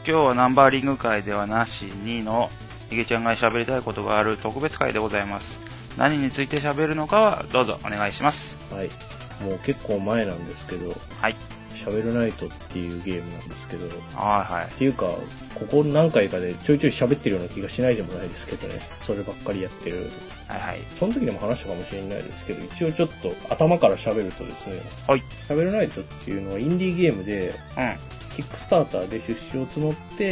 今日はナンバーリング会ではなしにのひげちゃんが喋りたいことがある特別会でございます。何について喋るのかはどうぞお願いします。 はい。もう結構前なんですけど、 はい。 シャベルナイトっていうゲームなんですけど、 はいはい。 っていうか、ここ何回かでちょいちょい喋ってるような気がしないでもないですけどね。そればっかりやってる。 はいはい。 その時でも話したかもしれないですけど、一応ちょっと頭から喋るとですね、 はい。 シャベルナイトっていうのはインディーゲームで、キックスターターで出資を募って、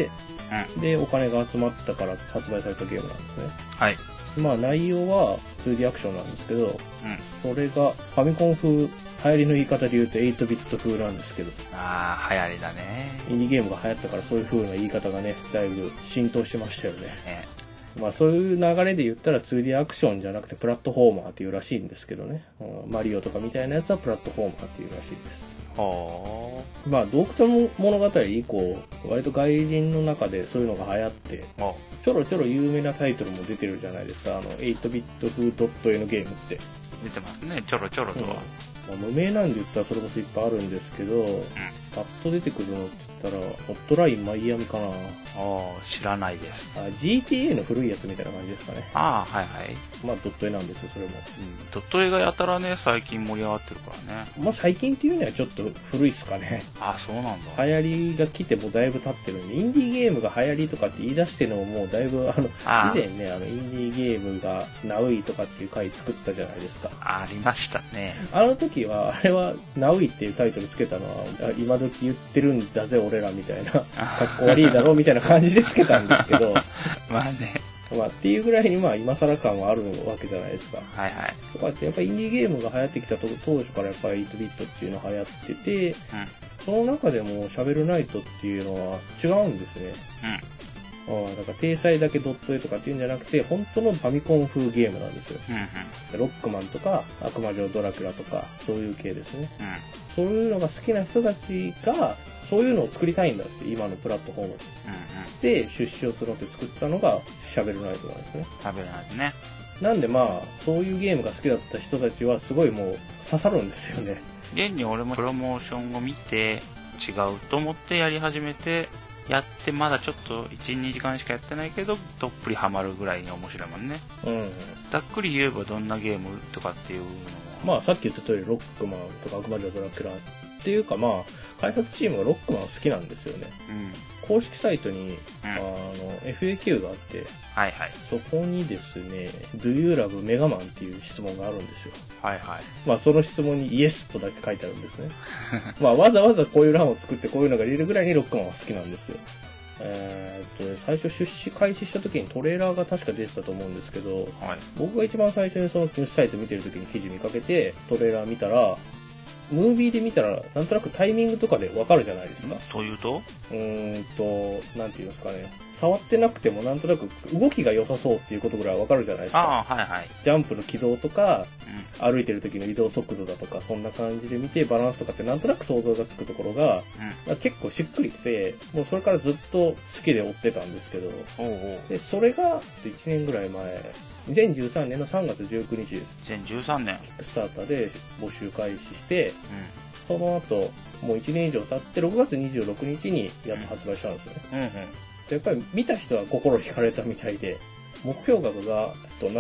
で、お金が集まったから発売されたゲームなんですね。 はい。 まあ内容は 2D アクションなんですけど、それがファミコン風、流行りの言い方で言うと8ビット風なんですけど。 ああ、流行りだね。 インディーゲームが流行ったからそういう風な言い方がね、だいぶ浸透してましたよね。まあそういう流れで言ったら 2D アクションじゃなくてプラットフォーマーっていうらしいんですけどね。マリオとかみたいなやつはプラットフォーマーっていうらしいです。まあ洞窟の物語以降、割と外人の中でそういうのが流行って、ちょろちょろ有名なタイトルも出てるじゃないですか。8ビット風ドット絵のゲームって。 出てますね、ちょろちょろとは。 まあ、無名なんで言ったらそれこそいっぱいあるんですけど、パッと出てくるのって言ったら、ホットラインマイアミかな。 知らないです。 GTA の古いやつみたいな感じですかね。 はいはい。 まあドット絵なんですよ、それも。 ドット絵がやたらね、最近盛り上がってるからね。 まあ最近っていうのはちょっと古いっすかね。 そうなんだ。 流行りが来てもだいぶ経ってるんで、インディーゲームが流行りとかって言い出してるのももうだいぶ以前ね、インディーゲームがナウイとかっていう回作ったじゃないですか。 ありましたね。 あの時は、あれはナウイっていうタイトルつけたのは、今時言ってるんだぜ俺らみたいな、かっこ悪いだろうみたいな感じでつけたんですけど、 まあね。 まあっていうぐらいにまあ今更感はあるわけじゃないですか。 はいはい。 とかってやっぱりインディーゲームが流行ってきた当初からやっぱり8ビットっていうのが流行ってて、その中でもシャベルナイトっていうのは違うんですね。だから体裁だけドット絵とかっていうんじゃなくて、本当のファミコン風ゲームなんですよ。ロックマンとか悪魔城ドラキュラとかそういう系ですね。そういうのが好きな人たちがそういうのを作りたいんだって、今のプラットフォームで出資を募って作ったのがシャベルナイトなんですね。 シャベルナイトね。 なんでまあそういうゲームが好きだった人たちはすごいもう刺さるんですよね。 現に俺もプロモーションを見て違うと思ってやり始めて、やってまだちょっと 1,2 時間しかやってないけどどっぷりハマるぐらいに面白いもんね。ざっくり言えばどんなゲームとかっていうのも、 まあさっき言った通りロックマンとか悪魔城ドラキュラっていうか、まあ開発チームがロックマン好きなんですよね。公式サイトに、FAQ があって、そこにですね Do you love メガマンっていう質問があるんですよ。まあその質問にイエスとだけ書いてあるんですね。まあわざわざこういう欄を作ってこういうのが入れるぐらいにロックマンは好きなんですよ。最初出資開始した時にトレーラーが確か出てたと思うんですけど、僕が一番最初にそのニュースサイト見てる時に記事見かけてトレーラー見たら、ムービーで見たらなんとなくタイミングとかでわかるじゃないですか。 というとなんて言いますかね、触ってなくてもなんとなく動きが良さそうっていうことぐらいはわかるじゃないですか。ジャンプの軌道とか、歩いてる時の移動速度だとか、そんな感じで見てバランスとかってなんとなく想像がつくところが、結構しっくりきて、もうそれからずっと好きで追ってたんですけど、でそれが1年ぐらい前、2013年の3月19日です。 2013年。 キックスターターで募集開始して、その後、もう1年以上経って6月26日にやっと発売したんですよね。やっぱり見た人は心惹かれたみたいで、目標額が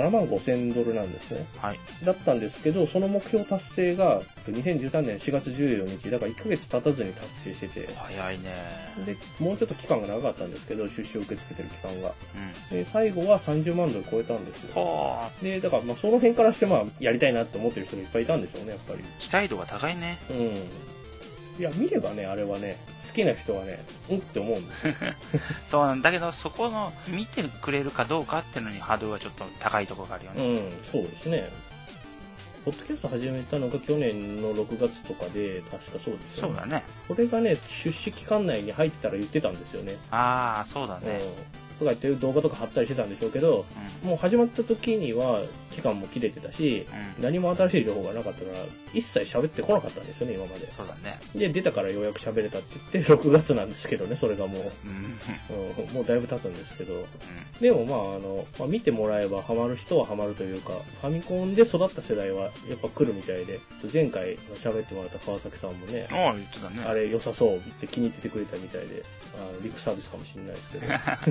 $75,000なんですね。だったんですけど、その目標達成が2013年4月14日、だから1ヶ月経たずに達成してて。 早いね。 で、もうちょっと期間が長かったんですけど、出資を受け付けてる期間が。で、最後は$30万超えたんですよ。で、だからまあその辺からしてまあやりたいなって思ってる人がいっぱいいたんでしょうね、やっぱり。 期待度が高いね。 いや、見ればね、あれはね、好きな人はね、って思うんですよ。 そうなんだけど、そこの見てくれるかどうかっていうのにハードルはちょっと高いところがあるよね。 そうですね。ポッドキャスト始めたのが去年の6月とかで、確かそうですよね。 そうだね。 これがね、出資期間内に入ってたら言ってたんですよね。 そうだね。 とか言って動画とか貼ったりしてたんでしょうけど、もう始まった時には期間も切れてたし、何も新しい情報がなかったから一切喋ってこなかったんですよね今まで。 そうだね。 で出たからようやく喋れたって言って6月なんですけどね、それがもう、もうだいぶ経つんですけど、でも見てもらえばハマる人はハマるというか、ファミコンで育った世代はやっぱ来るみたいで、前回喋ってもらった川崎さんもね、 言ってたね、 あれ良さそうって気に入っててくれたみたいで、リップサービスかもしれないですけど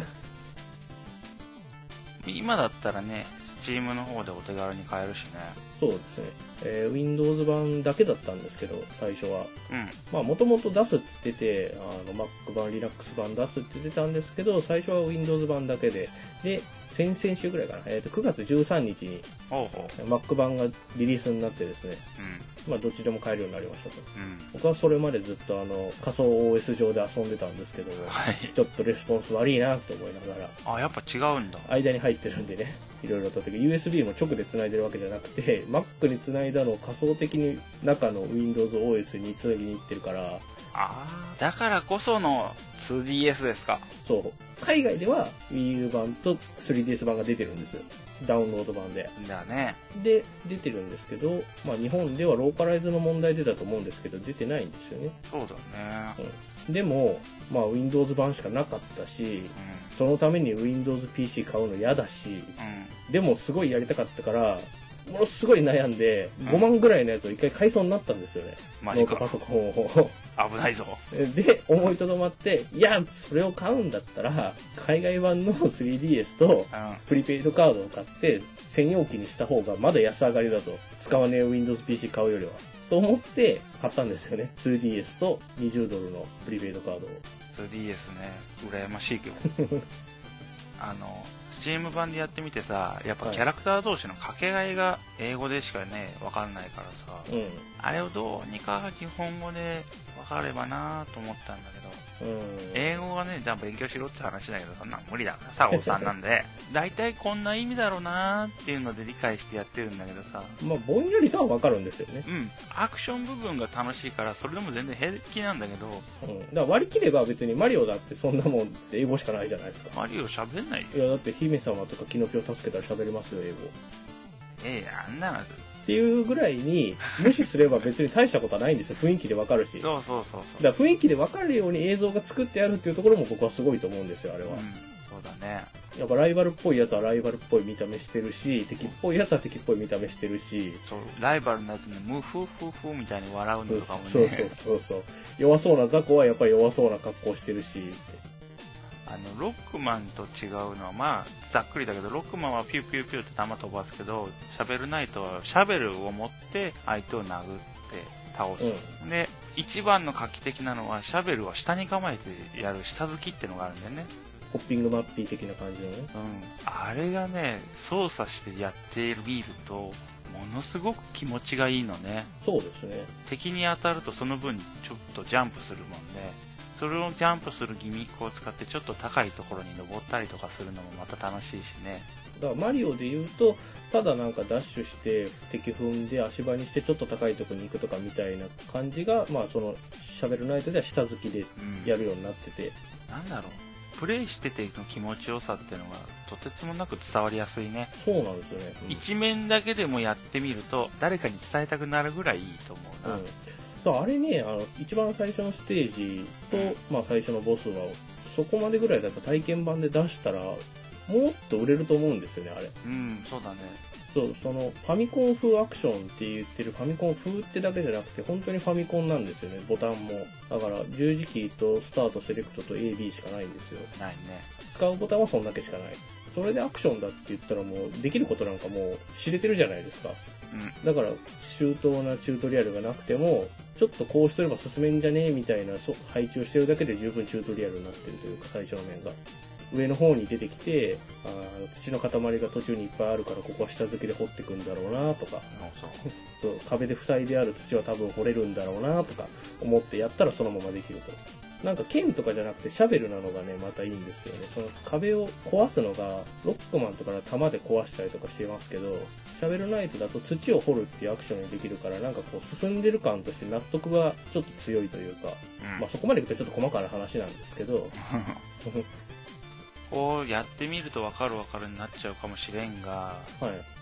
今だったらね、Steam の方でお手軽に買えるしね。 そうですね。Windows 版だけだったんですけど、最初は。まあ、もともと出すって言ってて、Mac 版、Linux 版出すって言ってたんですけど、最初は Windows 版だけで、で、先々週ぐらいかな、9月13日に、Mac 版がリリースになってですね、まあ、どっちでも買えるようになりましたと。僕はそれまでずっと仮想 OS 上で遊んでたんですけども、ちょっとレスポンス悪いなって思いながら。やっぱ違うんだ。 間に入ってるんでね、いろいろと。USB も直で繋いでるわけじゃなくて、Mac に繋いだのを仮想的に中の Windows OS に繋ぎに行ってるから。 だからこその 2DS ですか。 そう。海外では Wii U 版と 3DS 版が出てるんですよ。ダウンロード版で。 だね。 で、出てるんですけど、まあ日本ではローカライズの問題でだと思うんですけど、出てないんですよね。 そうだね。 でも、まあ Windows 版しかなかったし、そのために Windows PC 買うの嫌だし、でもすごいやりたかったから、ものすごい悩んで、5万ぐらいのやつを一回買いそうになったんですよね。ノートパソコンを。 危ないぞ。 で、思いとどまって、いや、それを買うんだったら、海外版の 3DS と、プリペイドカードを買って、専用機にした方がまだ安上がりだと。使わねえ Windows PC 買うよりは。と思って、買ったんですよね。2DS と20ドルのプリペイドカードを。 2DS ね、羨ましいけど。Steam 版でやってみてさ、やっぱキャラクター同士の掛け合いが英語でしかね、わかんないからさ、あれをどうにか日本語でわかればなと思ったんだけど、英語がね、じゃあ勉強しろって話だけど、そんなん無理だからさ、おっさんなんで、大体こんな意味だろうなっていうので理解してやってるんだけどさ。 まあ、ぼんやりとはわかるんですよね。 アクション部分が楽しいから、それでも全然平気なんだけど。 だから割り切れば別にマリオだってそんなもんって英語しかないじゃないですか。 マリオ喋んないよ。 いや、だって姫様とかキノピオ助けたら喋れますよ、英語。 あんなの。 っていうぐらいに無視すれば別に大したことはないんですよ。雰囲気でわかるし。 そう。 だから雰囲気でわかるように映像が作ってあるっていうところも僕はすごいと思うんですよ、あれは。 そうだね。 やっぱライバルっぽいやつはライバルっぽい見た目してるし、敵っぽいやつは敵っぽい見た目してるし。 そう、ライバルのやつにムフフフみたいに笑うのとかもね。 そう。弱そうな雑魚はやっぱり弱そうな格好してるし。 ロックマンと違うのは、まあ、ざっくりだけど、ロックマンはピューピューピューって弾飛ばすけど、シャベルナイトはシャベルを持って相手を殴って倒す。で、一番の画期的なのは、シャベルは下に構えてやる下突きってのがあるんだよね。 ホッピングマッピー的な感じのね。 あれがね、操作してやってみると、ものすごく気持ちがいいのね。 そうですね。 敵に当たるとその分ちょっとジャンプするもんで、それをジャンプするギミックを使ってちょっと高いところに登ったりとかするのもまた楽しいしね。 だからマリオで言うと、ただなんかダッシュして敵踏んで足場にしてちょっと高いところに行くとかみたいな感じが、まあそのシャベルナイトでは下突きでやるようになってて。 なんだろう。プレイしてての気持ちよさっていうのがとてつもなく伝わりやすいね。 そうなんですよね。 一面だけでもやってみると誰かに伝えたくなるぐらいいいと思うな。 あれね、一番最初のステージと、まあ最初のボスは、そこまでぐらいだったら体験版で出したら、もっと売れると思うんですよね、あれ。 そうだね。 そう、その、ファミコン風アクションって言ってるファミコン風ってだけじゃなくて、本当にファミコンなんですよね、ボタンも。だから、十字キーとスタート、セレクトと AB しかないんですよ。 ないね。 使うボタンはそんだけしかない。それでアクションだって言ったらもう、できることなんかもう知れてるじゃないですか。だから、周到なチュートリアルがなくても、ちょっとこうすれば進めんじゃねえみたいな配置をしてるだけで十分チュートリアルになってるというか、最初の面が。上の方に出てきて、土の塊が途中にいっぱいあるから、ここは下付けで掘ってくんだろうなとか、そう壁で塞いである土は多分掘れるんだろうなとか思ってやったらそのままできると。なんか剣とかじゃなくてシャベルなのがね、またいいんですよね。その壁を壊すのが、ロックマンとかの弾で壊したりとかしてますけど、シャベルナイトだと土を掘るっていうアクションにできるから、なんかこう進んでる感として納得がちょっと強いというか、まあそこまでいくとちょっと細かな話なんですけど、 こうやってみると分かるになっちゃうかもしれんが、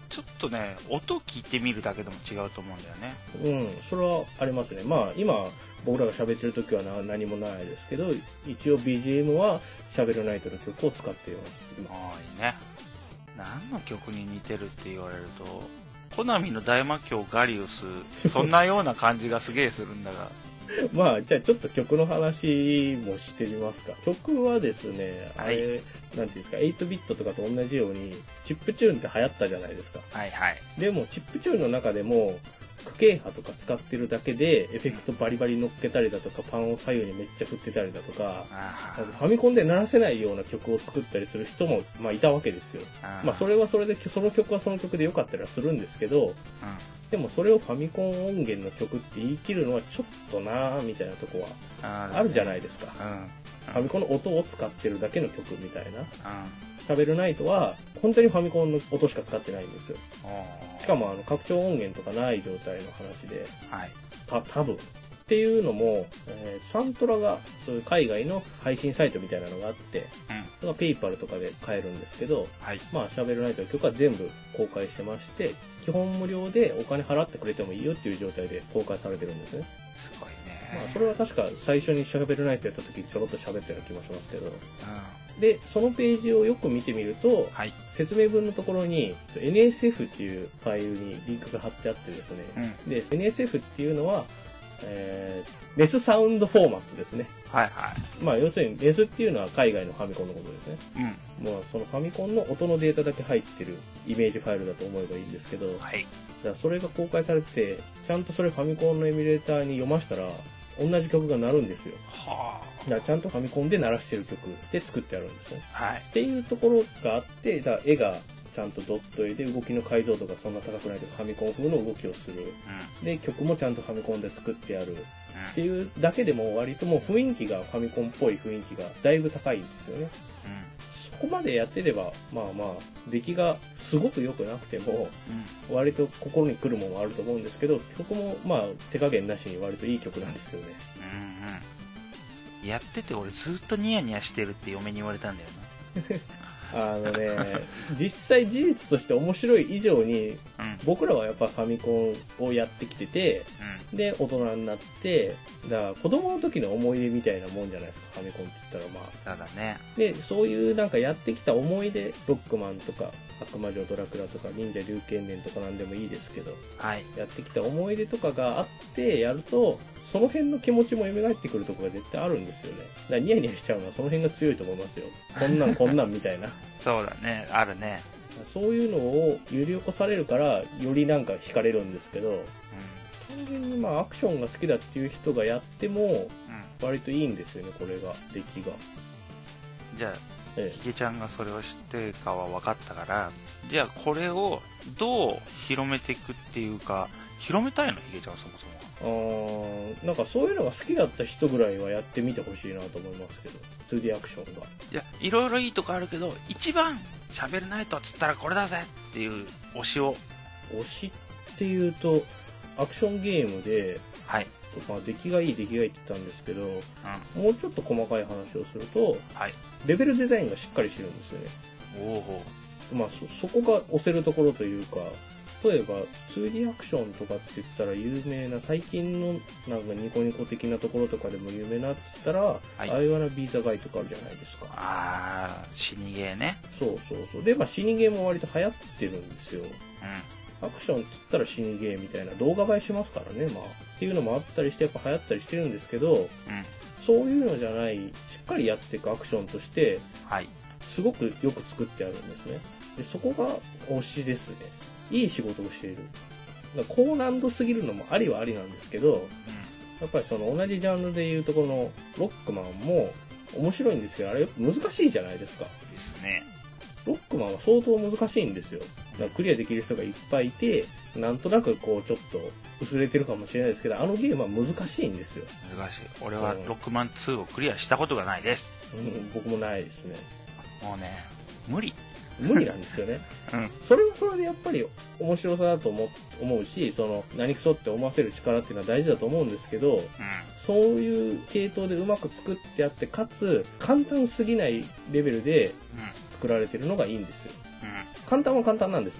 ちょっとね、音聞いてみるだけでも違うと思うんだよね。 うん、それはありますね。まあ今僕らが喋ってる時は何もないですけど、一応 BGM はシャベルナイトの曲を使っています。 ああ、いいね。何の曲に似てるって言われると、コナミの大魔教ガリウス、そんなような感じがすげえするんだが。 まあ、じゃあちょっと曲の話もしてみますか。曲はですね、はい、あれ、なんていうんですか、8ビットとかと同じように、チップチューンって流行ったじゃないですか。 はいはい。 でも、チップチューンの中でも、区形波とか使ってるだけで、エフェクトバリバリ乗っけたりだとか、パンを左右にめっちゃ振ってたりだとか、ファミコンで鳴らせないような曲を作ったりする人も、まあ、いたわけですよ。まあ、それはそれで、その曲はその曲で良かったりはするんですけど、でもそれをファミコン音源の曲って言い切るのはちょっとなぁみたいなとこはあるじゃないですか。ファミコンの音を使ってるだけの曲みたいな。シャベルナイトは本当にファミコンの音しか使ってないんですよ。しかも拡張音源とかない状態の話で、はい、多分っていうのも、サントラがそういう海外の配信サイトみたいなのがあって、それがペイパルとかで買えるんですけど、はい、まあシャベルナイトの曲は全部公開してまして、基本無料でお金払ってくれてもいいよっていう状態で公開されてるんですね。 すごいね。 まあそれは確か最初にシャベルナイトやった時にちょろっと喋ったような気もしますけど、でそのページをよく見てみると、はい、説明文のところに NSF っていうファイルにリンクが貼ってあってですね、で NSF っていうのはレスサウンドフォーマットですね。はいはい。まあ要するにレスっていうのは海外のファミコンのことですね。もうそのファミコンの音のデータだけ入ってるイメージファイルだと思えばいいんですけど、はい、だからそれが公開されてて、ちゃんとそれファミコンのエミュレーターに読ましたら同じ曲が鳴るんですよ。はあ。だからちゃんとファミコンで鳴らしてる曲で作ってあるんですね。はい。っていうところがあって、だから絵がちゃんとドット絵で動きの解像度がそんな高くないけどファミコン風の動きをする、で曲もちゃんとファミコンで作ってある、っていうだけでも割ともう雰囲気がファミコンっぽい雰囲気がだいぶ高いんですよね。そこまでやってればまあまあ出来がすごく良くなくても、割と心に来るものはあると思うんですけど、曲もまあ手加減なしに割といい曲なんですよね。 やってて俺ずっとニヤニヤしてるって嫁に言われたんだよな。実際事実として面白い以上に、僕らはやっぱファミコンをやってきてて、で大人になって、だから子供の時の思い出みたいなもんじゃないですか、ファミコンって言ったらまあ。 ただね。 でそういうなんかやってきた思い出、ロックマンとか悪魔城ドラクラとか忍者龍剣伝とかなんでもいいですけど、はい、やってきた思い出とかがあってやると、その辺の気持ちも蘇ってくるところが絶対あるんですよね。だからニヤニヤしちゃうのはその辺が強いと思いますよ。こんなんみたいな。 そうだね、あるね。 そういうのを揺り起こされるからよりなんか惹かれるんですけど、単純にまあアクションが好きだっていう人がやっても割といいんですよね、これが出来が。 じゃあヒゲちゃんがそれを知ってるかは分かったから、じゃあこれをどう広めていくっていうか、広めたいのヒゲちゃんはそもそも。 なんかそういうのが好きだった人ぐらいはやってみてほしいなと思いますけど、2D アクションが。 いや、いろいろいいとこあるけど、一番シャベルナイトっつったらこれだぜっていう推しを。 推しっていうと、アクションゲームで、はい。まあ、出来がいいって言ったんですけど、もうちょっと細かい話をすると、はい、レベルデザインがしっかりしてるんですよね。まあ、そこが押せるところというか、例えば 2D アクションとかって言ったら有名な最近のなんかニコニコ的なところとかでも有名なって言ったら、はい、アイワナビーザガイとかあるじゃないですか。 ああ、死にゲーね。 そうで、まあ死にゲーも割と流行ってるんですよ。アクションって言ったら死にゲーみたいな動画映えしますからね、まあっていうのもあったりしてやっぱ流行ったりしてるんですけど、そういうのじゃないしっかりやっていくアクションとして、はい、すごくよく作ってあるんですね。でそこが推しですね。いい仕事をしている。高難度すぎるのもありはありなんですけど、やっぱりその同じジャンルでいうところのロックマンも面白いんですけど、あれ難しいじゃないですか。 ですね。 ロックマンは相当難しいんですよ。だからクリアできる人がいっぱいいて、なんとなくこうちょっと薄れてるかもしれないですけど、あのゲームは難しいんですよ。 難しい。俺はロックマン2をクリアしたことがないです。 僕もないですね。 もうね、無理なんですよね。それはそれでやっぱり面白さだと思うし、その何クソって思わせる力っていうのは大事だと思うんですけど、そういう系統でうまく作ってあって、かつ簡単すぎないレベルで作られてるのがいいんですよ。簡単は簡単なんですよ。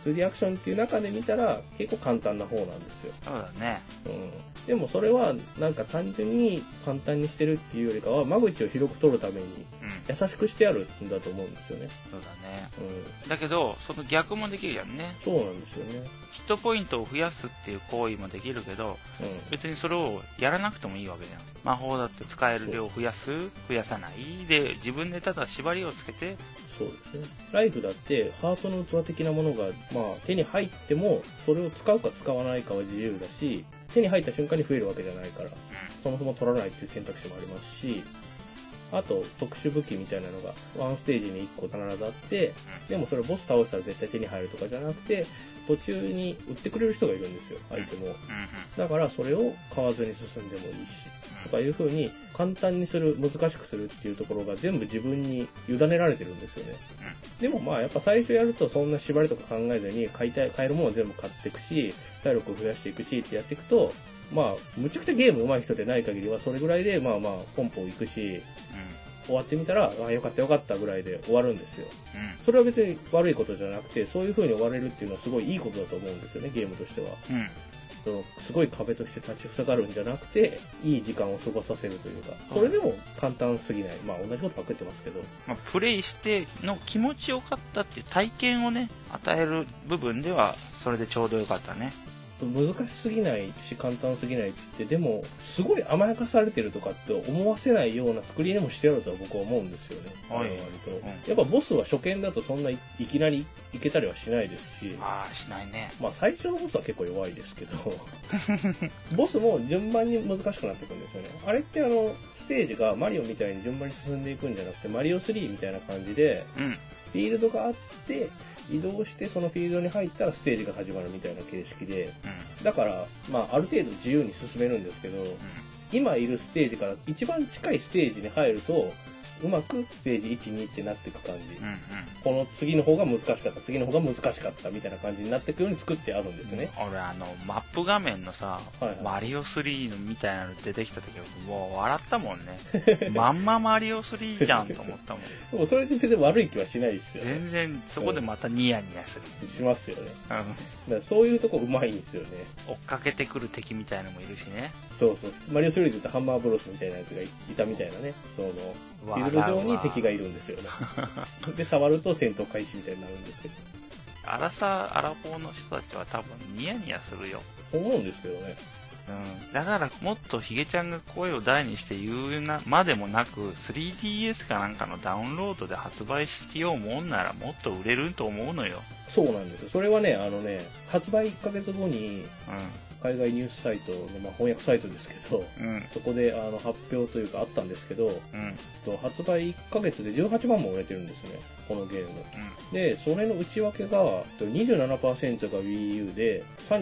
2D アクションっていう中で見たら結構簡単な方なんですよ。 そうだね。 でもそれはなんか単純に簡単にしてるっていうよりかは間口を広く取るために優しくしてあるんだと思うんですよね。 そうだね。だけどその逆もできるやんね。 そうなんですよね。 ヒットポイントを増やすっていう行為もできるけど、別にそれをやらなくてもいいわけじゃん。魔法だって使える量を増やす、増やさないで自分でただ縛りをつけて。 そうですね。ライフだってハートの器的なものが、手に入ってもそれを使うか使わないかは自由だし、手に入った瞬間に増えるわけじゃないから、そもそも取らないっていう選択肢もありますし、あと特殊武器みたいなのがワンステージに1個必ずあって、でもそれボス倒したら絶対手に入るとかじゃなくて、途中に売ってくれる人がいるんですよ、アイテムを。だからそれを買わずに進んでもいいし、とかいう風に簡単にする、難しくするっていうところが全部自分に委ねられてるんですよね。でもやっぱ最初やるとそんな縛りとか考えずに買えるものを全部買っていくし、体力を増やしていくしってやっていくと、むちゃくちゃゲーム上手い人でない限りはそれぐらいでポンポンいくし、終わってみたらよかったよかったぐらいで終わるんですよ。それは別に悪いことじゃなくて、そういう風に終われるっていうのはすごいいいことだと思うんですよね、ゲームとしては。すごい壁として立ちふさがるんじゃなくて、いい時間を過ごさせるというか、それでも簡単すぎない。同じことばっかり言ってますけど。 プレイしての気持ちよかったっていう体験をね、与える部分では、それでちょうどよかったね。 難しすぎないし簡単すぎないって言って、でもすごい甘やかされてるとかって思わせないような作りにもしてやるとは僕は思うんですよね。やっぱボスは初見だとそんないきなりいけたりはしないですし。 しないね。 最初のボスは結構弱いですけどボスも順番に難しくなっていくんですよね。あれってステージがマリオみたいに順番に進んでいくんじゃなくて、マリオ3みたいな感じで、フィールドがあって移動してそのフィールドに入ったらステージが始まるみたいな形式で、だからある程度自由に進めるんですけど、今いるステージから一番近いステージに入るとうまくステージ1、2ってなっていく感じ、この次の方が難しかった、次の方が難しかったみたいな感じになっていくように作ってあるんですね。 俺マップ画面のさ、マリオ3のみたいなの出てきた時もう笑ったもんねまんまマリオ3じゃんと思ったもんでもそれで全然悪い気はしないですよね。 全然そこでまたニヤニヤする、 しますよね。だからそういうとこうまいんですよね。 追っかけてくる敵みたいのもいるしね。 そうマリオ3で言ったハンマーブロスみたいなやつがいたみたいなね。フィールド上に敵がいるんですよねで触ると戦闘開始みたいになるんですけど、 アラフォーの人たちは多分ニヤニヤするよ。 思うんですけどね。 だからもっとヒゲちゃんが声を大にして言うまでもなく 3DS かなんかのダウンロードで発売しようもんならもっと売れると思うのよ。 そうなんですよ。それはね発売1ヶ月後に、海外ニュースサイトの、翻訳サイトですけど、そこで発表というかあったんですけど、発売1ヶ月で18万も売れてるんですね、このゲーム。でそれの内訳が 27% が Wii U で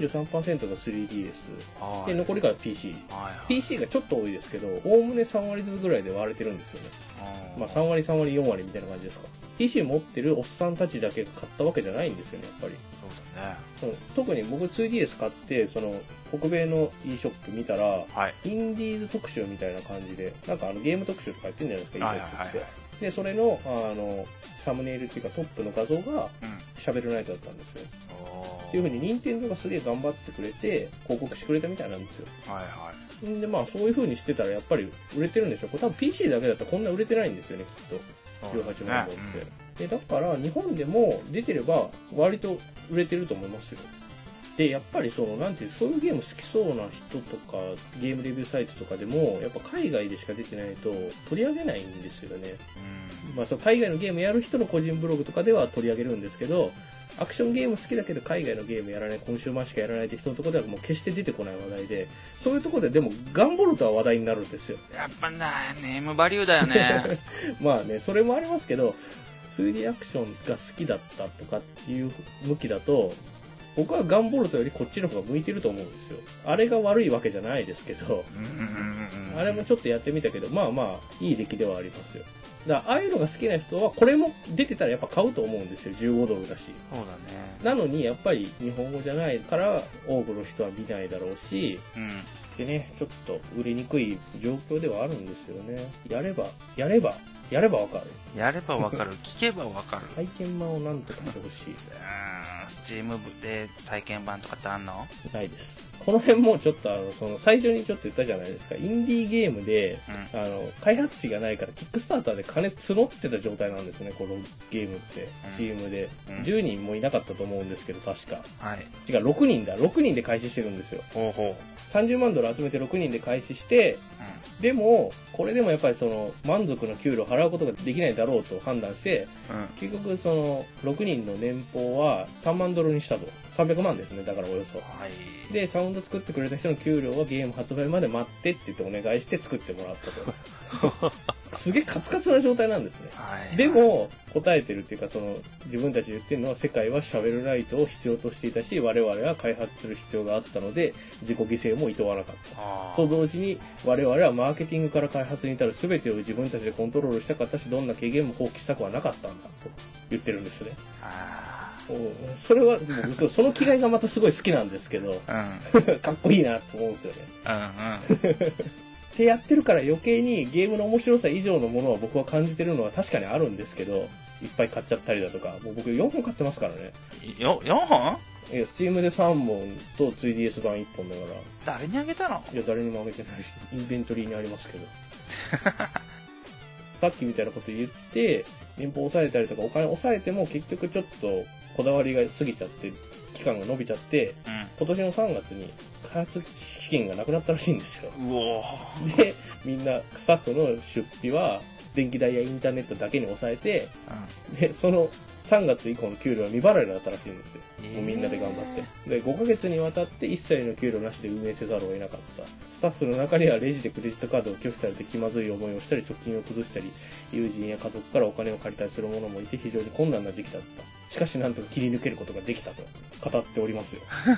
33% が 3DS で残りが PC、PC がちょっと多いですけど、おおむね3割ずつぐらいで割れてるんですよね。3割3割4割みたいな感じですか。 PC 持ってるおっさんたちだけ買ったわけじゃないんですよね、やっぱり。特に僕 2DS 買って北米の e ショップ見たら、インディーズ特集みたいな感じでゲーム特集とかやってるんじゃないですか、e ショップって。でそれのサムネイルっていうかトップの画像がシャベルナイトだったんですよ。っていう風に任天堂がすげえ頑張ってくれて広告してくれたみたいなんですよ。でそういう風にしてたらやっぱり売れてるんでしょ。これ多分 PC だけだったらこんな売れてないんですよね、きっと。18万本って。でだから日本でも出てれば割と売れてると思いますよ。でやっぱりなんていうそういうゲーム好きそうな人とかゲームレビューサイトとかでもやっぱ海外でしか出てないと取り上げないんですよね。海外のゲームやる人の個人ブログとかでは取り上げるんですけど、アクションゲーム好きだけど海外のゲームやらない、コンシューマーしかやらないって人のところではもう決して出てこない話題で、そういうところででも頑張るとは話題になるんですよ。 やっぱネームバリューだよねそれもありますけど、2D アクションが好きだったとかっていう向きだと僕はガンボルトよりこっちの方が向いてると思うんですよ。あれが悪いわけじゃないですけど、あれもちょっとやってみたけどいい出来ではありますよ。だからああいうのが好きな人はこれも出てたらやっぱ買うと思うんですよ。15ドルだし。 そうだね。 なのにやっぱり日本語じゃないから多くの人は見ないだろうし、でねちょっと売れにくい状況ではあるんですよね。やればやればわかる。 やればわかる。聞けばわかる。 体験版をなんとかしてほしい。 スチームで体験版とかってあんの？ ないです。この辺もちょっとその最初にちょっと言ったじゃないですか。インディーゲームで、開発費がないからキックスターターで金募ってた状態なんですね、このゲームって。チームで。10人もいなかったと思うんですけど、確か。はい。違う、6人だ。6人で開始してるんですよ。ほうほう。30万ドル集めて6人で開始して、でも、これでもやっぱりその、満足の給料を払うことができないだろうと判断して、結局その、6人の年俸は3万ドルにしたと。300万ですね、だからおよそ。はい。で、サウンド作ってくれた人の給料はゲーム発売まで待ってって言ってお願いして作ってもらったと。すげえカツカツな状態なんですね。はい、でも、答えてるっていうか、その、自分たちで言ってるのは世界はシャベルライトを必要としていたし、我々は開発する必要があったので、自己犠牲も厭わなかった。と同時に、我々はマーケティングから開発に至る全てを自分たちでコントロールしたかったし、どんな軽減も放棄したくはなかったんだ、と言ってるんですね。それは、その気概がまたすごい好きなんですけど、かっこいいなと思うんですよね。ってやってるから余計にゲームの面白さ以上のものは僕は感じてるのは確かにあるんですけど、いっぱい買っちゃったりだとか、もう僕4本買ってますからね。 4本？ いや、スチームで3本と 3DS 版1本だから。 誰にあげたの？ いや、誰にもあげてない。インベントリーにありますけど。さっきみたいなこと言って、年俸抑えたりとかお金抑えても結局ちょっとこだわりが過ぎちゃって、期間が伸びちゃって、今年の3月に開発資金がなくなったらしいんですよ。で、みんなスタッフの出費は電気代やインターネットだけに抑えて、で、その3月以降の給料は未払いだったらしいんですよ。もうみんなで頑張って。で、5ヶ月にわたって一切の給料なしで運営せざるを得なかった。スタッフの中にはレジでクレジットカードを拒否されて気まずい思いをしたり、貯金を崩したり、友人や家族からお金を借りたりする者もいて非常に困難な時期だった。しかしなんとか切り抜けることができたと語っておりますよ。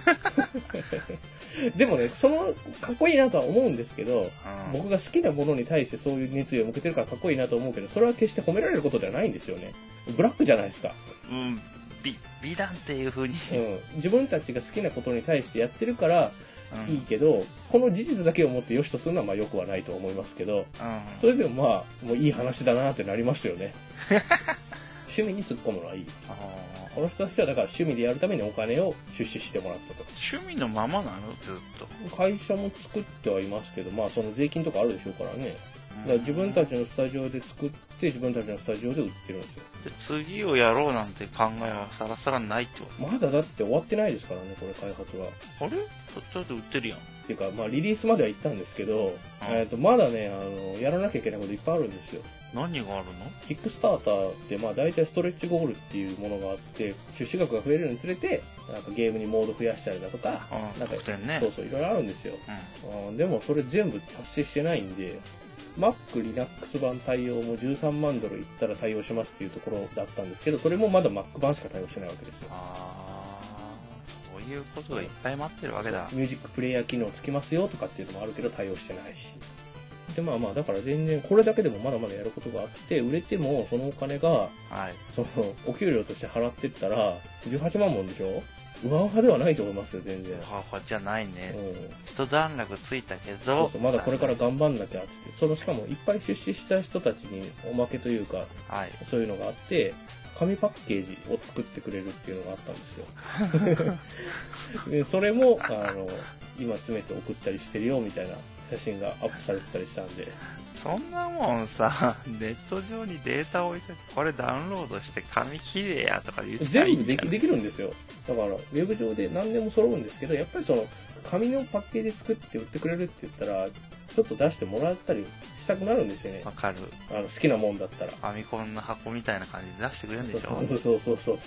でもね、かっこいいなとは思うんですけど、僕が好きなものに対してそういう熱意を向けてるからかっこいいなと思うけど、それは決して褒められることではないんですよね。ブラックじゃないですか。 美談っていう風に、 自分たちが好きなことに対してやってるからいいけど、この事実だけをもって良しとするのはまあ良くはないと思いますけど、それでもまあもういい話だなってなりますよね。趣味に突っ込むのはいい。この人たちはだから趣味でやるためにお金を出資してもらったと。 趣味のままなのずっと。会社も作ってはいますけど、まあその税金とかあるでしょうからね。だから自分たちのスタジオで作って自分たちのスタジオで売ってるんですよ。 で次をやろうなんて考えはさらさらないってこと？まだだって終わってないですからね、これ開発が。 あれ？だって売ってるやん。 っていうか、まあリリースまでは行ったんですけど、まだね、やらなきゃいけないこといっぱいあるんですよ。 何があるの？ キックスターターってまあ大体ストレッチゴールっていうものがあって、出資額が増えるにつれて、なんかゲームにモード増やしたりだとか、なんか、 ね、 そうそういろいろあるんですよ。でもそれ全部達成してないんで、Mac Linux 版対応も13万ドルいったら対応しますっていうところだったんですけど、それもまだ Mac 版しか対応してないわけですよ。 そういうことがいっぱい待ってるわけだ。 ミュージックプレイヤー機能つきますよとかっていうのもあるけど対応してないし。で、まあまあ、だから全然これだけでもまだまだやることがあって、売れてもそのお金が、そのお給料として払ってったら、18万もんでしょ？うわうわではないと思いますよ、全然。 うわうわじゃないね。一段落ついたけど。 そうまだこれから頑張んなきゃって。しかもいっぱい出資した人たちにおまけというか、そういうのがあって、紙パッケージを作ってくれるっていうのがあったんですよ。でそれも、今詰めて送ったりしてるよ、みたいな写真がアップされてたりしたんで。 そんなもんさ、ネット上にデータを置いて、これダウンロードして紙切れやとか言って全部できるんですよ。だから、ウェブ上で何でも揃うんですけど、やっぱりその、紙のパッケージ作って売ってくれるって言ったら、ちょっと出してもらったりしたくなるんですよね。 わかる。 好きなもんだったら。 ファミコンの箱みたいな感じで出してくれるんでしょ？ そう。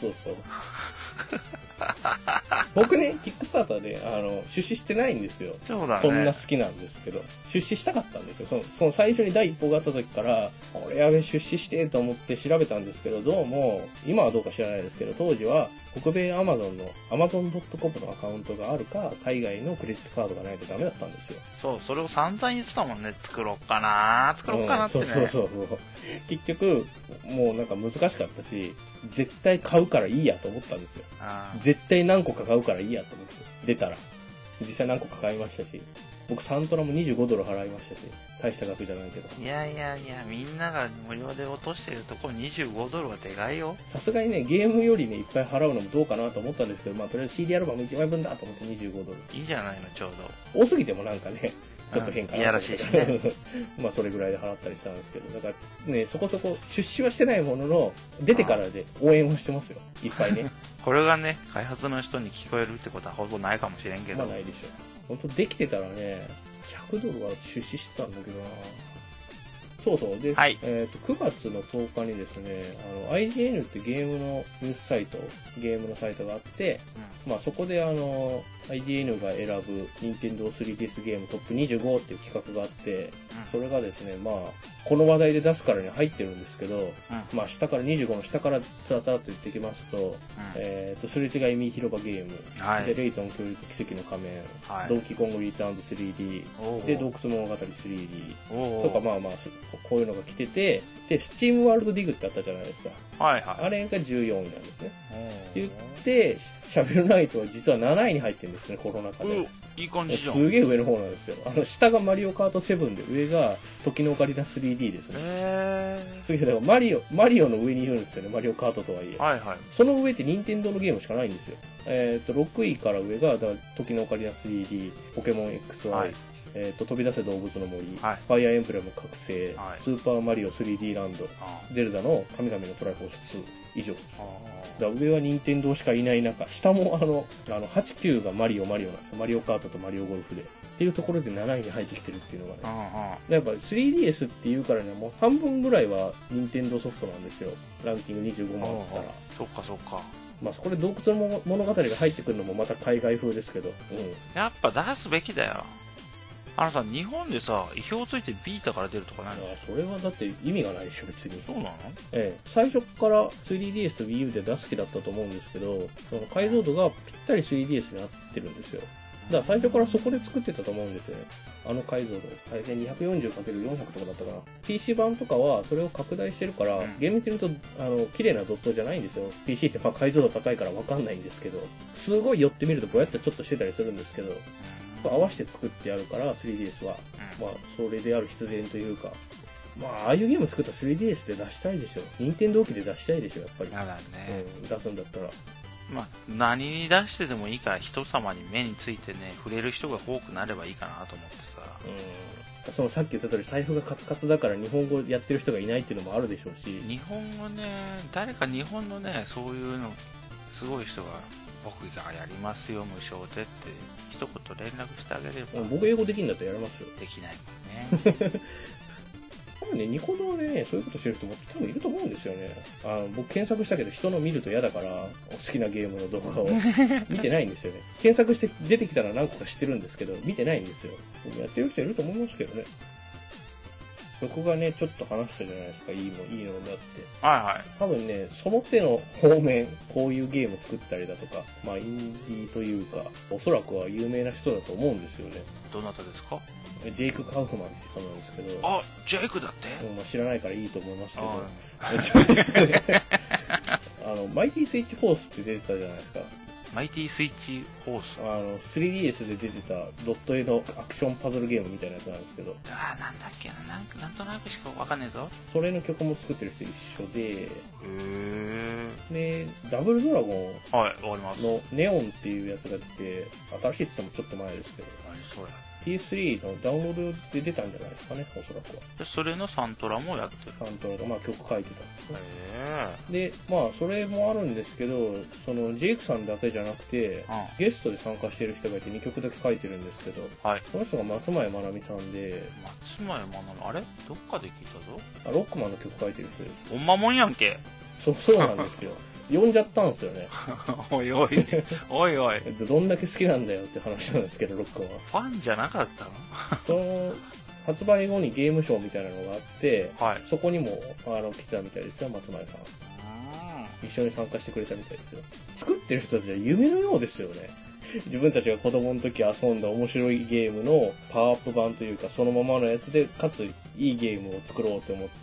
僕ね、キックスターターで、出資してないんですよ。 そうだね。 そんな好きなんですけど、出資したかったんですよ。その最初に第一報があった時から、これやべ、出資してと思って調べたんですけど、どうも、今はどうか知らないですけど、当時は、北米アマゾンの Amazon.com のアカウントがあるか、海外のクレジットカードがないとダメだったんですよ。 そう、それを散々言ってたもんね。作ろうかなってね。 そう。結局、もうなんか難しかったし、絶対買うからいいやと思ったんですよ。絶対何個か買うからいいやと思って。出たら。実際何個か買いましたし。 僕サントラも25ドル払いましたし、大した額じゃないけど。 いや、みんなが無料で落としてるところ25ドルはでかいよ。 さすがにね、ゲームよりね、いっぱい払うのもどうかなと思ったんですけど、まあ、とりあえず CD アルバム1枚分だと思って25ドル。 いいじゃないの、ちょうど。多すぎてもなんかね、ちょっと変かな。 いやらしいしね。 まあ、それぐらいで払ったりしたんですけど、だからね、そこそこ出資はしてないものの、出てからで応援はしてますよ。いっぱいね。 これがね、開発の人に聞こえるってことはほぼないかもしれんけど。 まあ、ないでしょ。本当できてたらね、100ドルは出資してたんだけどな。そうそう。で、 はい、 9月の10日にですね、IGN ってゲームのニュースサイト、ゲームのサイトがあって、まあそこでIGN が選ぶ Nintendo 3DS ゲームトップ25っていう企画があって、それがですね、まあ、この話題で出すからに入ってるんですけど、まあ下から、25の下からつらつらっと言ってきますと、すれ違いミー広場ゲーム、で、レイトン恐竜と奇跡の仮面、ドンキーコングリターンズ 3D、で、洞窟物語 3D とか、まあまあ、こういうのが来てて、で、スチームワールドディグってあったじゃないですか。 はいはい。 あれが14位なんですね。って言って、シャベルナイトは実は7位に入ってるんですね、コロナ禍で。 いい感じじゃん。 すげえ上の方なんですよ。下がマリオカート7で、上が時のオカリナ 3D ですね。すげえ、だからマリオの上にいるんですよね、マリオカートとはいえ。 はいはい。 その上って任天堂のゲームしかないんですよ。6位から上が、時のオカリナ 3D、ポケモン XY、はい、飛び出せ動物の森、はい、ファイアーエンブレム覚醒、はい、スーパーマリオ 3D ランド、ゼルダの神々のトライフォース2以上。だ上は任天堂しかいない中、下も8、9がマリオなんですよ。マリオカートとマリオゴルフで。っていうところで7位に入ってきてるっていうのがね。やっぱ 3DS っていうからね、もう半分ぐらいは任天堂ソフトなんですよ。ランキング25万あったら。 そっかそっか。 まあそこで洞窟の物語が入ってくるのもまた海外風ですけど。 やっぱ出すべきだよ。さ、日本でさ、意表ついてビータから出るとかないの？ それはだって意味がないでしょ、別に。 そうなの？ 最初から 3DS と Wii U で出す気だったと思うんですけど、その解像度がぴったり 3DS になってるんですよ。だから最初からそこで作ってたと思うんですよね。解像度。240×400 とかだったかな。PC 版とかはそれを拡大してるから、厳密に言うと、綺麗なドットじゃないんですよ。PC ってまあ解像度高いからわかんないんですけど、すごい寄ってみるとぼやっとちょっとしてたりするんですけど、合わせて作ってあるから 3DS は、まあそれである必然というか、まあああいうゲーム作ったら 3DS で出したいでしょ。任天堂機で出したいでしょ、やっぱり。 やだね。 出すんだったら。 まあ何に出してでもいいから人様に目についてね、触れる人が多くなればいいかなと思ってさ。 そのさっき言った通り財布がカツカツだから日本語やってる人がいないっていうのもあるでしょうし。 日本語ね、誰か日本のね、そういうのすごい人が僕がやりますよ無償でって一言連絡してあげれば。 僕英語できるんだったらやりますよ。 できないもんね。 多分ね、ニコ動でね、そういうことしてる人も多分いると思うんですよね。僕検索したけど人の見ると嫌だから、好きなゲームの動画を見てないんですよね。検索して出てきたら何個か知ってるんですけど、見てないんですよ。やってる人いると思いますけどね。僕がね、ちょっと話したじゃないですか、いいのだって。 はいはい。 多分ね、その手の方面、こういうゲーム作ったりだとか、まあインディーというか、おそらくは有名な人だと思うんですよね。 どなたですか？ ジェイク・カウフマンって人なんですけど。 あ、ジェイクだって？ まあ、知らないからいいと思いますけど。マイティスイッチフォースって出てたじゃないですか。 マイティスイッチフォース 3DS で出てたドット絵のアクションパズルゲームみたいなやつなんですけど。 なんだっけな、なんとなくしかわかんねえぞ。 それの曲も作ってる人一緒で、で、ダブルドラゴンのネオンっていうやつが出て、新しいって言ってもちょっと前ですけど。 何それ ？PS3 のダウンロードで出たんじゃないですかね、おそらくは。 でそれのサントラもやってる。 サントラが、まあ曲書いてたんですね。で、まあそれもあるんですけど、そのジェイクさんだけじゃなくて、ゲストで参加してる人がいて2曲だけ書いてるんですけど、その人が松前まなみさんで。 松前まなみ、あれどっかで聞いたぞ。 ロックマンの曲書いてる人です。 ほんまもんやんけ。 そうなんですよ。呼んじゃったんですよね。 おいおいおいおい。 どんだけ好きなんだよって話なんですけど、ロックマンは。ファンじゃなかったの？ その発売後にゲームショーみたいなのがあって、そこにも来てたみたいですよ、松前さん。一緒に参加してくれたみたいですよ。作ってる人たちは夢のようですよね。自分たちが子供の時遊んだ面白いゲームのパワーアップ版というか、そのままのやつで、かついいゲームを作ろうと思って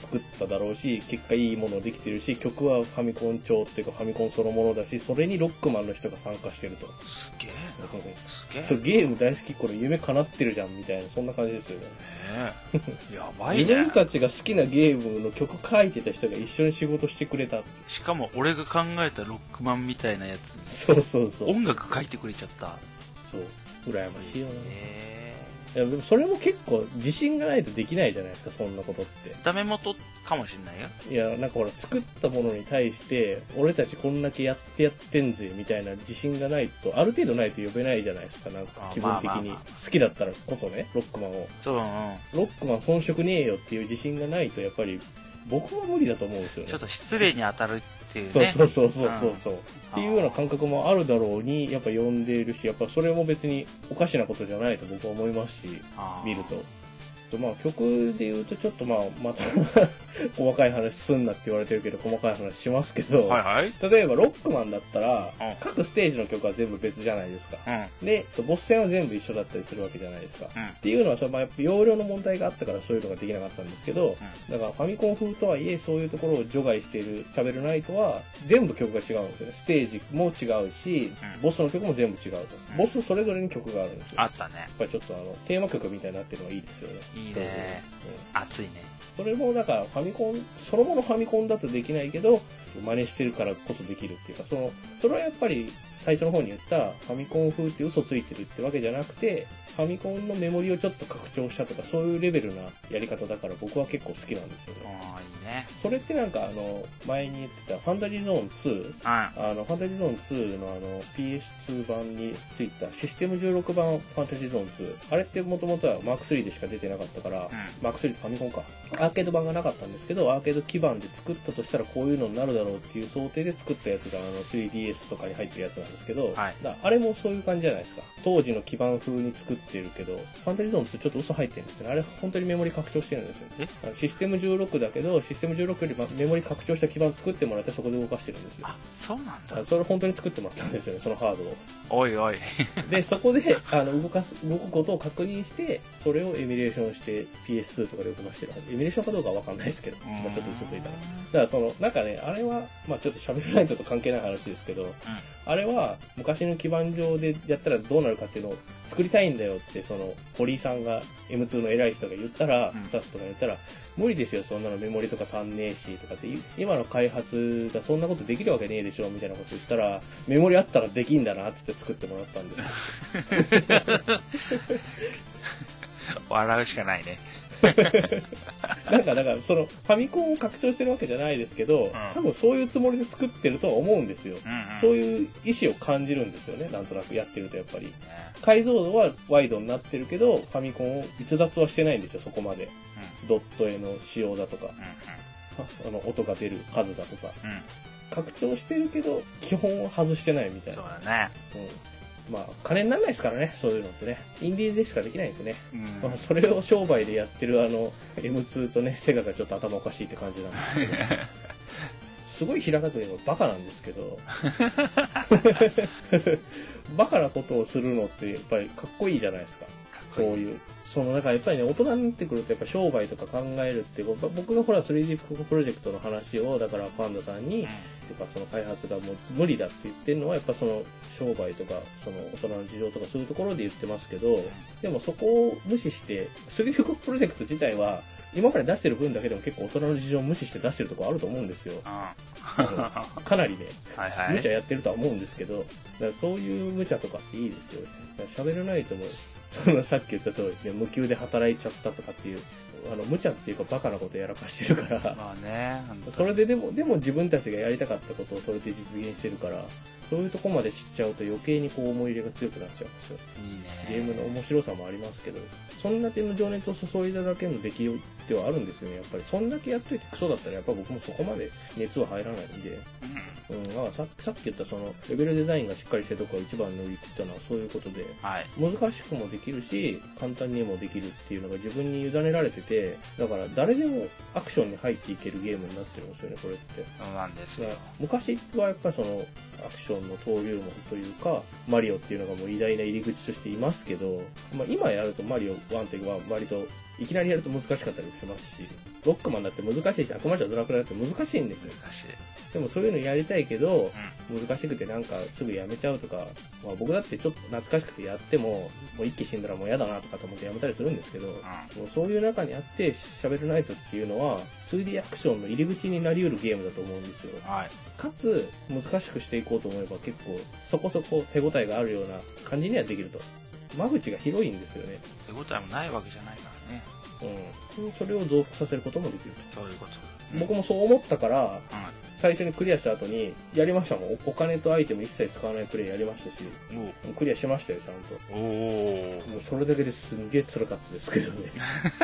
作っただろうし、結果いいものできてるし、曲はファミコン調っていうかファミコンそのものだし、それにロックマンの人が参加してると。 すげえ。 そう、ゲーム大好き、これ夢叶ってるじゃんみたいな、そんな感じですよね。 やばいね。 自分たちが好きなゲームの曲書いてた人が一緒に仕事してくれた。 しかも俺が考えたロックマンみたいなやつ。 そうそうそう。 音楽書いてくれちゃった。 そう。羨ましいよな。いやでもそれも結構自信がないとできないじゃないですか、そんなことって。 ダメ元かもしんないよ。 いや、なんかほら、作ったものに対して、俺たちこんだけやってんぜ、みたいな自信がないと、ある程度ないと呼べないじゃないですか、なんか気分的に。好きだったらこそね、ロックマンを。 そう、 ロックマン遜色ねえよっていう自信がないと、やっぱり、僕は無理だと思うんですよね。 ちょっと失礼に当たるっていうね。 そう。っていうような感覚もあるだろうに、やっぱ呼んでいるし、やっぱそれも別におかしなことじゃないと僕は思いますし、見ると。まあ曲で言うとちょっとまた細かい話すんなって言われてるけど細かい話しますけど、例えばロックマンだったら、各ステージの曲は全部別じゃないですか。で、ボス戦は全部一緒だったりするわけじゃないですか。っていうのはやっぱ容量の問題があったからそういうのができなかったんですけど、だからファミコン風とはいえそういうところを除外しているシャベルナイトは全部曲が違うんですよね。ステージも違うし、ボスの曲も全部違うと。ボスそれぞれに曲があるんですよ。 あったね。 やっぱりちょっとテーマ曲みたいになってるのがいいですよね。 いいね。熱いね。 それもだからファミコン、そのものファミコンだとできないけど、真似してるからこそできるっていうか、それはやっぱり最初の方に言ったファミコン風って嘘ついてるってわけじゃなくて、ファミコンのメモリをちょっと拡張したとか、そういうレベルなやり方だから僕は結構好きなんですよね。 いいね。 それってなんか前に言ってたファンタジーゾーン2、ファンタジーゾーン2のPS2 版についたシステム16版ファンタジーゾーン2。あれってもともとはマーク3でしか出てなかったから、マーク3ってファミコンか。アーケード版がなかったんですけど、アーケード基盤で作ったとしたらこういうのになるだろうっていう想定で作ったやつが3DS とかに入ってるやつなんですけど、あれもそういう感じじゃないですか。当時の基盤風に作ってるけど、ファンタジーゾーン2ちょっと嘘入ってるんですよね。あれ本当にメモリ拡張してるんですよ。システム16だけど、システム16よりメモリ拡張した基盤作ってもらってそこで動かしてるんですよ。 あ、そうなんだ。 それ本当に作ってもらったんですよね、そのハードを。 おいおい。 で、そこで動くことを確認して、それをエミュレーションして PS2 とかで動かしてる。エミュレーションかどうかはわかんないですけど、ちょっと嘘ついたら。だからなんかね、あれは、ちょっと喋らないと関係ない話ですけど、あれは昔の基盤上でやったらどうなるかっていうのを作りたいんだよって、堀井さんが M2 の偉い人が言ったら、スタッフとか言ったら、無理ですよ、そんなのメモリとか足んねえし、とかって、今の開発がそんなことできるわけねえでしょ、みたいなこと言ったら、メモリあったらできんだな、つって作ってもらったんですよ。 笑うしかないね。 だからファミコンを拡張してるわけじゃないですけど、多分そういうつもりで作ってるとは思うんですよ。そういう意思を感じるんですよね、なんとなくやってるとやっぱり。解像度はワイドになってるけど、ファミコンを逸脱はしてないんですよ、そこまで。ドット絵の仕様だとか、音が出る数だとか。拡張してるけど、基本は外してないみたいな。 そうだね。 金にならないですからね、そういうのってね。インディーでしかできないんですね。それを商売でやってるM2 とね、セガがちょっと頭おかしいって感じなんですけど。すごい平たく言えばバカなんですけど、バカなことをするのってやっぱりかっこいいじゃないですか。そういう。だからやっぱりね、大人になってくるとやっぱ商売とか考えるって、僕がほら 3D プロジェクトの話を、だからパンダさんに、開発がもう無理だって言ってるのは、やっぱ商売とか、大人の事情とかそういうところで言ってますけど、でもそこを無視して、3D プロジェクト自体は、今まで出してる分だけでも結構大人の事情を無視して出してるところあると思うんですよ。かなりね、無茶やってるとは思うんですけど、だからそういう無茶とかっていいですよ。喋れないと思う。さっき言った通り、無給で働いちゃったとかっていう、無茶っていうかバカなことやらかしてるから、それででも自分たちがやりたかったことをそれで実現してるから、そういうとこまで知っちゃうと余計に思い入れが強くなっちゃうんですよ。 いいね。 ゲームの面白さもありますけど、そんだけの情熱を注いだだけの出来ではあるんですよね、やっぱり。そんだけやっといてクソだったら、やっぱ僕もそこまで熱は入らないんで、さっき言ったレベルデザインがしっかりしてるとこが一番の言ってたのはそういうことで、難しくもできるし、簡単にもできるっていうのが自分に委ねられてて、だから誰でもアクションに入っていけるゲームになってるんですよね、これって。 そうなんですよ。 昔はやっぱりアクションの登竜門というか、マリオっていうのがもう偉大な入り口としていますけど、今やるとマリオ1っていうのは割といきなりやると難しかったりしますし、 ロックマンだって難しいし、悪魔女ドラクエだって難しいんですよ。 難しい。 でもそういうのやりたいけど、難しくてなんかすぐやめちゃうとか、まあ僕だってちょっと懐かしくてやっても、もう一気死んだらもう嫌だなとかと思ってやめたりするんですけど、もうそういう中にあってシャベルナイトっていうのは 2D アクションの入り口になり得るゲームだと思うんですよ。 はい。 かつ難しくしていこうと思えば結構そこそこ手応えがあるような感じにはできると。間口が広いんですよね。 手応えもないわけじゃないからね。 それを増幅させることもできると。 そういうこと。 僕もそう思ったから、最初にクリアした後にやりましたもん。お金とアイテム一切使わないプレイやりましたし、クリアしましたよ、ちゃんと。もうそれだけですんげえ辛かったですけどね。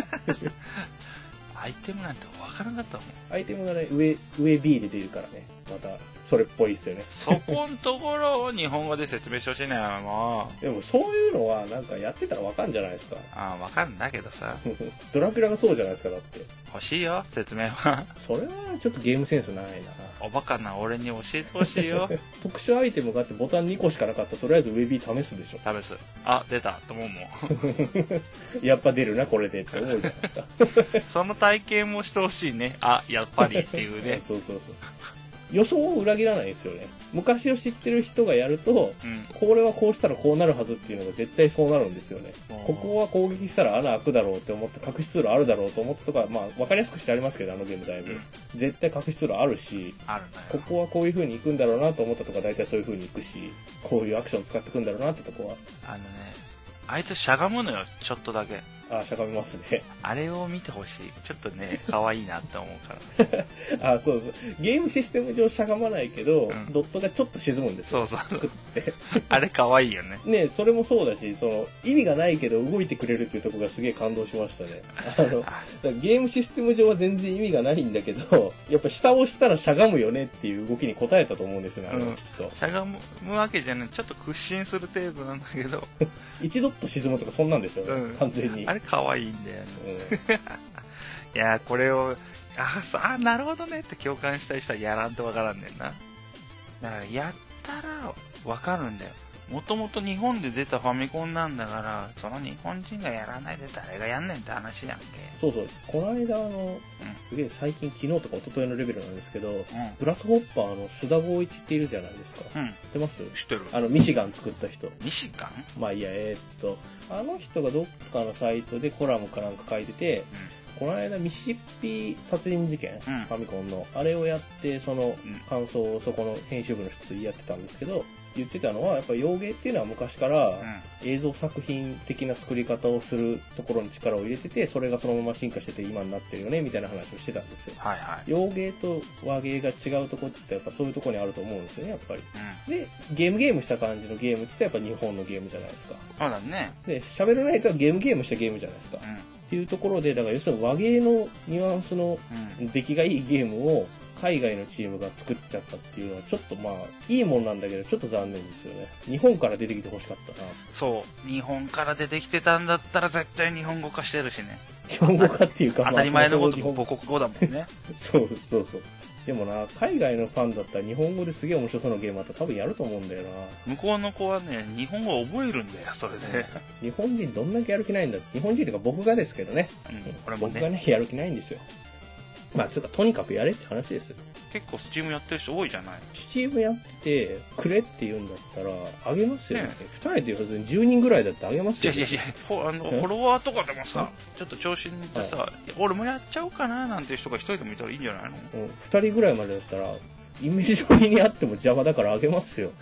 アイテムなんて分からなかったもん。 アイテムがね、上 B で出るからね。また、それっぽいですよね。 そこんところを日本語で説明してほしいね、もう。でもそういうのはなんかやってたらわかんじゃないですか。 ああ、わかるんだけどさ。 ドラキュラがそうじゃないですか、だって。 欲しいよ、説明は。 それはちょっとゲームセンスないな。 おバカな俺に教えてほしいよ。 特殊アイテムがあってボタン2個しかなかったらとりあえずウェビー試すでしょ。 試す。あ、出たと思うもん。やっぱ出るな、これでって思うじゃないですか。 その体験もしてほしいね。あ、やっぱりっていうね。 そうそうそう。予想を裏切らないんですよね。昔を知ってる人がやると、これはこうしたらこうなるはずっていうのが絶対そうなるんですよね。ここは攻撃したら穴開くだろうって思って隠し通路あるだろうと思ってとか、まあ分かりやすくしてありますけど、あのゲームだいぶ。絶対隠し通路あるし、ここはこういう風に行くんだろうなと思ったとか大体そういう風に行くし、こういうアクション使っていくんだろうなってとこは。 あいつしゃがむのよ、ちょっとだけ。 あ、しゃがみますね。 あれを見てほしい。ちょっとね、可愛いなって思うから。あ、そうそう。ゲームシステム上しゃがまないけど、ドットがちょっと沈むんですよ。 そうそう。あれ可愛いよね。 ね、それもそうだし、意味がないけど動いてくれるっていうところがすげえ感動しましたね。ゲームシステム上は全然意味がないんだけど、やっぱ下を押したらしゃがむよねっていう動きに応えたと思うんですよね、きっと。 しゃがむわけじゃない。ちょっと屈伸する程度なんだけど。 1ドット沈むとかそんなんですよね、完全に。 あれ可愛いんだよね。いやこれをなるほどねって共感したい人はやらんとわからんねんな。だからやったらわかるんだよ。もともと日本で出たファミコンなんだから、その日本人がやらないで誰がやんねんって話やんけ。 そうそう。この間すげえ最近昨日とか一昨日のレベルなんですけど、グラスホッパーの須田剛一っているじゃないですか。知ってます？ 知ってる。 ミシガン作った人。 ミシガン？ まあいいや、あの人がどっかのサイトでコラムかなんか書いてて、この間ミシシッピ殺人事件、ファミコンのあれをやって、その感想をそこの編集部の人と言い合ってたんですけど、言ってたのはやっぱり洋芸っていうのは昔から映像作品的な作り方をするところに力を入れてて、それがそのまま進化してて今になってるよねみたいな話をしてたんですよ。洋芸と和芸が違うところって言ったらやっぱそういうところにあると思うんですよね、やっぱり。でゲームした感じのゲームって言ったらやっぱ日本のゲームじゃないですか。 そうだね。 でシャベルナイトはゲームしたゲームじゃないですか。っていうところで、だから要するに和芸のニュアンスの出来がいいゲームを海外のチームが作っちゃったっていうのはちょっとまあいいもんなんだけどちょっと残念ですよね。日本から出てきてほしかったな。 そう、日本から出てきてたんだったら絶対日本語化してるしね。 日本語化っていうか当たり前のこと母国語だもんね。 そうそうそう。でもな、海外のファンだったら日本語ですげえ面白そうなゲームあったら多分やると思うんだよな。 向こうの子はね、日本語を覚えるんだよ、それで。 日本人どんだけやる気ないんだ。日本人とか僕がですけどね。これもね僕がね、やる気ないんですよ。まあ、つうかとにかくやれって話ですよ。 結構スチームやってる人多いじゃない。 スチームやってて、くれって言うんだったら、あげますよね。2人で言わずに10人ぐらいだってあげますよね。 いやフォロワーとかでもさ、ちょっと調子に乗ってさ、俺もやっちゃおうかななんていう人が1人でもいたらいいんじゃないの ？2人ぐらいまでだったら、イメージ通りにあっても邪魔だからあげますよ。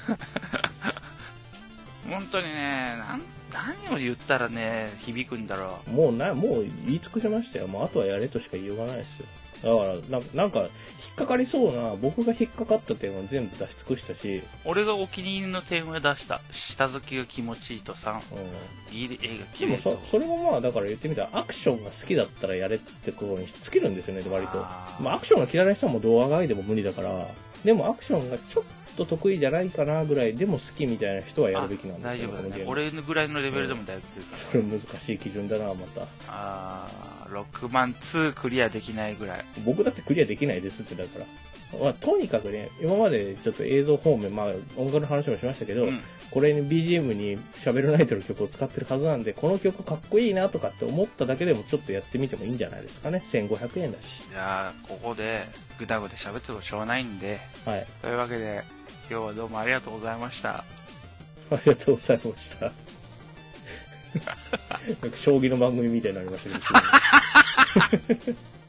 本当にね、何を言ったらね、響くんだろう。 もう言い尽くしましたよ。もうあとはやれとしか言いようがないですよ。だからなんか引っかかりそうな、僕が引っかかった点は全部出し尽くしたし、 俺がお気に入りの点を出した。下付きが気持ちいいと3、映画綺麗と。 でもそれもまあだから言ってみたらアクションが好きだったらやれってことに尽きるんですよね、割と。まあアクションが嫌いな人はもう動画外でも無理だから、でもアクションがちょっと得意じゃないかなぐらいでも好きみたいな人はやるべきなんですよ。 大丈夫だね。俺ぐらいのレベルでも大丈夫。 それ難しい基準だな、また。 6万2クリアできないぐらい。 僕だってクリアできないですって、だから。まあ、とにかくね、今までちょっと映像方面、まあ、音楽の話もしましたけど、これに BGM にシャベルナイトの曲を使ってるはずなんで、この曲かっこいいなとかって思っただけでもちょっとやってみてもいいんじゃないですかね。1500円だし。 じゃあ、ここでぐだぐだ喋ってもしょうがないんで、 はい。 というわけで、今日はどうもありがとうございました。 ありがとうございました。なんか将棋の番組みたいになりましたけど。